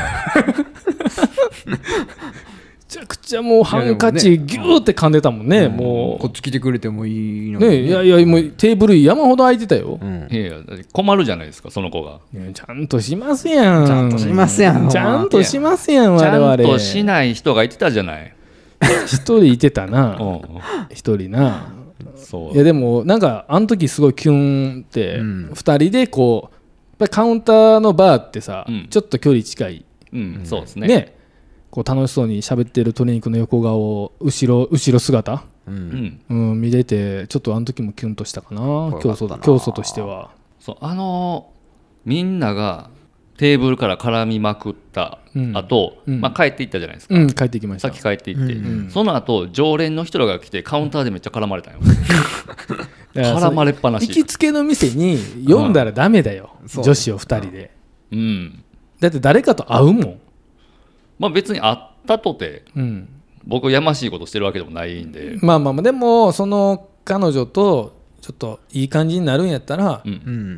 めちゃくちゃもうハンカチギューって噛んでたもんね、うん、もうこっち来てくれてもいいのにね, ねいやいやもうテーブル山ほど空いてたよ、 うん、いやいや困るじゃないですかその子が。 いやちゃんとしますやん。 ちゃんとしますやん。 ちゃんとしますやん我々。 ちゃんとしない人がいてたじゃない。 一人いてたな一人な。そういやでもなんかあの時すごいキュンって、うん、ふたりでこうやっぱりカウンターのバーってさ、うん、ちょっと距離近い、 うんうん、そうですね。 ねこう楽しそうに喋ってる鶏肉の横顔を後ろ後ろ姿、うんうん、見れてちょっとあの時もキュンとしたかな。競争競争としてはそうあのみんながテーブルから絡みまくった後、うんまあ、帰っていったじゃないですか、 うん、帰ってきました。 さっき帰っていって、うんうん、その後常連の人らが来てカウンターでめっちゃ絡まれたよ絡まれっぱなし。 行きつけの店に読んだらダメだよ、うん、女子をふたりで、うん、だって誰かと会うもん。 まあ、別に会ったとて、うん、僕やましいことしてるわけでもないんで、 まあまあまあでもその彼女とちょっといい感じになるんやったら、うん、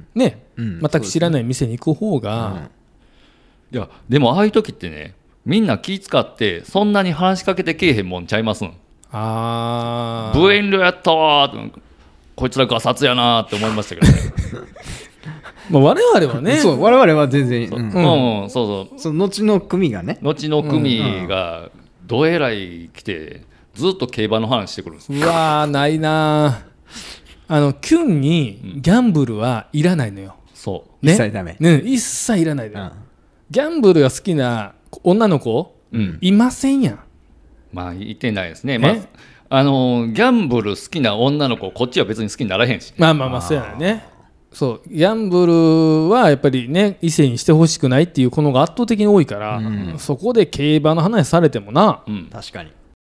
ね、うん、全く知らない店に行く方が、うん、 いやでもああいう時ってねみんな気使ってそんなに話しかけてけえへんもんちゃいますん。あーブ遠慮やったわーこいつらガサツやなーって思いましたけどねまあ我々はねそう我々は全然そう、うんうん、そうそうその後の組がね後の組がどえらい来てずっと競馬の話してくるんです。 うわーないなあのキュンにギャンブルはいらないのよ、 うん、そう、 ね、 一切ダメ、 ね、一切いらないのよ、うん、ギャンブルが好きな女の子、うん、いませんやん。 まあいてないですね、まあ、あのギャンブル好きな女の子こっちは別に好きにならへんし、 まあまあまあそうやね。そうギャンブルはやっぱりね異性にしてほしくないっていうこのが圧倒的に多いから、うん、そこで競馬の話されてもな、 うん、確かに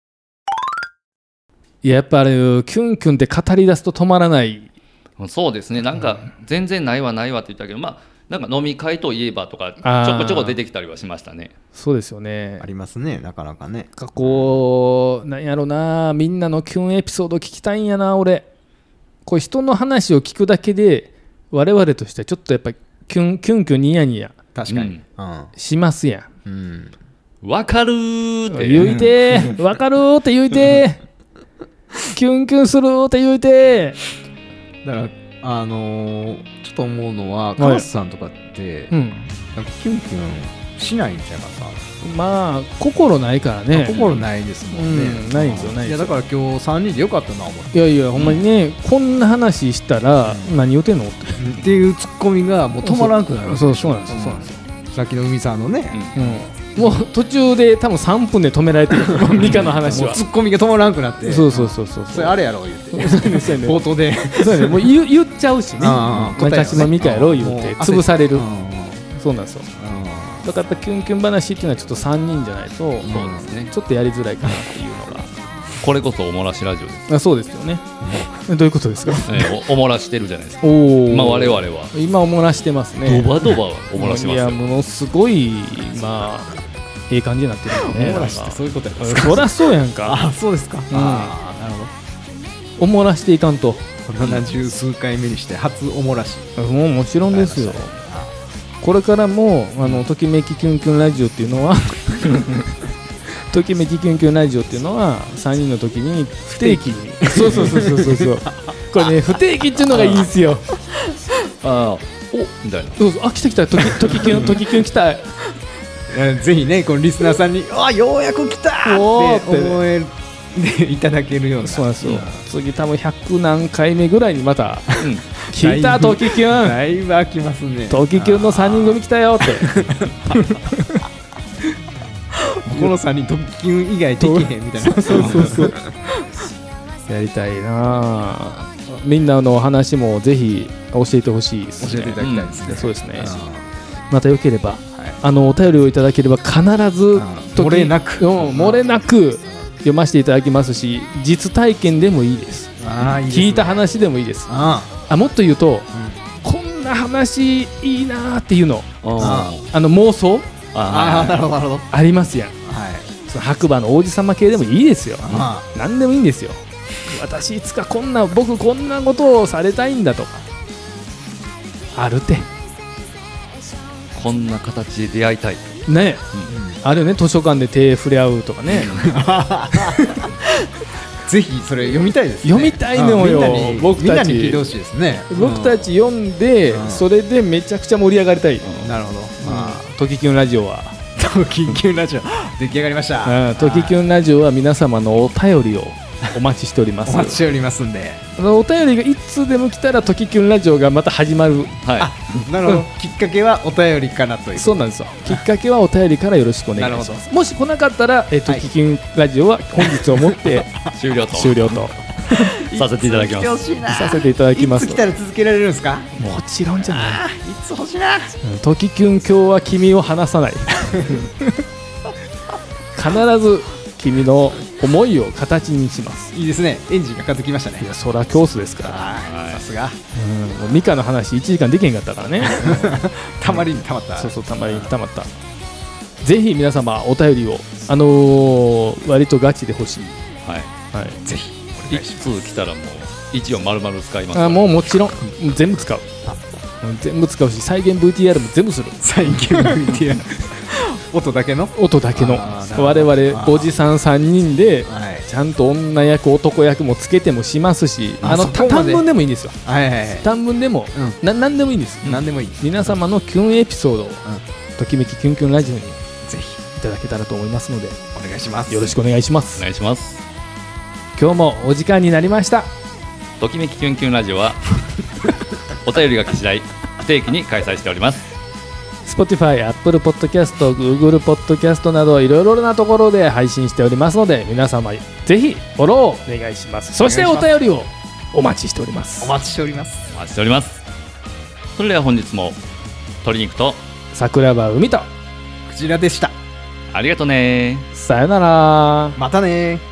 いややっぱあれキュンキュンって語り出すと止まらない。 そうですねなんか全然ないわないわって言ったけど、まあなんか飲み会といえばとかちょこちょこ出てきたりはしましたね。 そうですよね。 ありますねなかなかね。 かこうなんやろなみんなのキュンエピソード聞きたいんやな俺。こう人の話を聞くだけで我々としてはちょっとやっぱキュンキュンキュンニヤニヤ確かに、うん、 しますやん。 うん、わかるーって言いてーわかるーって言いてーキュンキュンするーって言いてー。だからあのー、ちょっと思うのはカラスさんとかって、はいうん、なんかキュンキュンしないんちゃいますか。 まあ心ないからね。 心ないですもんね、 うん、ないんですよないんですよ。 いやだから今日さんにんでよかったな思って。 いやいや、うん、ほんまにねこんな話したら、うん、何言うてんのって、 っていうツッコミがもう止まらなくなる。 そうそうなんですよ、そうなんですよ。 さっきの海さんのね、 うん、 もう途中で多分さんぷんで止められてるミカの話はツッコミが止まらんくなって、 そうそうそうそう、 それあれやろ言って冒頭でそうね、もう言言っちゃうしね、中島ミカやろ言って潰される、そうなんですよ。だからやっぱキュンキュン話っていうのはちょっとさんにんじゃないと、そうですね、ちょっとやりづらいかなっていうのが、 これこそおもらしラジオです。 あ、そうですよね。どういうことですか？ えー、お, おもらしてるじゃないですか。お、まあ我々は今おもらしてますね。 ドバドバおもらしますよ。 いや、ものすごいまあええ感じになってるよね。 おもらしってそういうことやったんですか？ そりゃそうやんか。 あ、そうですか。 うん、ああ、なるほど。おもらしていかんと。 ななじゅう数回目にして初おもらし。 もうもちろんですよ。これからもあのときめきキュンキュンラジオっていうのはときめきキュンキュンラジオっていうのはさんにんの時に不定期にそうそうそうそうそうそうこれね、不定期っていうのがいいんですよ。 ああ、おみたいな。 そうそう、あ、来た来た、ときときキュンときキュン来た。 ぜひね、このリスナーさんにあ、ようやく来たって思えていただけるような。 そうなんですよ。次多分ひゃく何回目ぐらいにまた、うん、来たときキュン、 だいぶ飽きますね。 ときキュンのさんにん組来たよってこのさんにんときキュン以外できへんみたいな。 そうそうそうやりたいな。みんなの話もぜひ教えてほしいですね。 教えていただきたいですね、うん、 そうですね。またよければ、はい、あのお便りをいただければ必ず漏れなく、 うん、漏れなく読ませていただきますし、実体験でもいいです。 あ、いいですね。 聞いた話でもいいです。 ああ、もっと言うと、うん、こんな話いいなっていうの、ああの妄想あ, あ, なるほどなるほどありますやん、 はい、 その白馬の王子様系でもいいですよ。何でもいいんですよ。私いつかこんな僕こんなことをされたいんだとかあるて、 こんな形で出会いたいね、うん、あるよね。図書館で手触れ合うとかねぜひそれ読みたいですね。 読みたいのよ。僕たちみんなに聞いてほしいですね。 僕たち読んで、うん、それでめちゃくちゃ盛り上がりたい、うん、 なるほど。 ときキュンラジオはときキュンラジオ出来上がりました。 ときキュンラジオは皆様のお便りをお待ちしております。 お待ちしておりますんで、 お便りがいつでも来たらときキュンラジオがまた始まる、 はい、あ、なるほど、うん、きっかけはお便りからという。 そうなんですよ。きっかけはお便りからよろしくお願いします。もし来なかったらときキュンラジオは本日をもって終了と終了とさせていただきます。 させていただきます。 いつ来たら続けられるんですか？ もちろんじゃない。 いつ欲しいな。 ときキュン今日は君を離さない必ず君の思いを形にします。 いいですね。エンジンがかかってきましたね。 いや、そら教師ですから。 さすが。 うん、ミカの話いちじかんできへんかったからねたまりにたまった。 そうそう、たまりにたまった。ぜひ皆様お便りを、あのー、割とガチで欲しい。 はい、 はい、 ぜひお願いします。いち通来たらもういちを丸々使います。 あ、もうもちろん全部使う。全部使うし、再現 ブイティーアール も全部する。 再現 ブイティーアール 音だけの音だけの我々おじさんさんにんでちゃんと女役男役もつけてもしますし、あの短文でもいいんですよ。短文でも何でもいいんです。 何でもいい。 皆様のキュンエピソードをときめきキュンキュンラジオにぜひいただけたらと思いますのでお願いします。 よろしくお願いします。 お願いします。 今日もお時間になりました。 ときめきキュンキュンラジオはお便りが来次第不定期に開催しております。 Spotify、Apple Podcast、Google Podcast などいろいろなところで配信しておりますので、皆様ぜひフォローお願いします。そしてお便りをお待ちしております。 お待ちしております。 お待ちしております。それでは本日も鶏肉と桜庭海とクジラでした。 ありがとうね。 さよなら。 またね。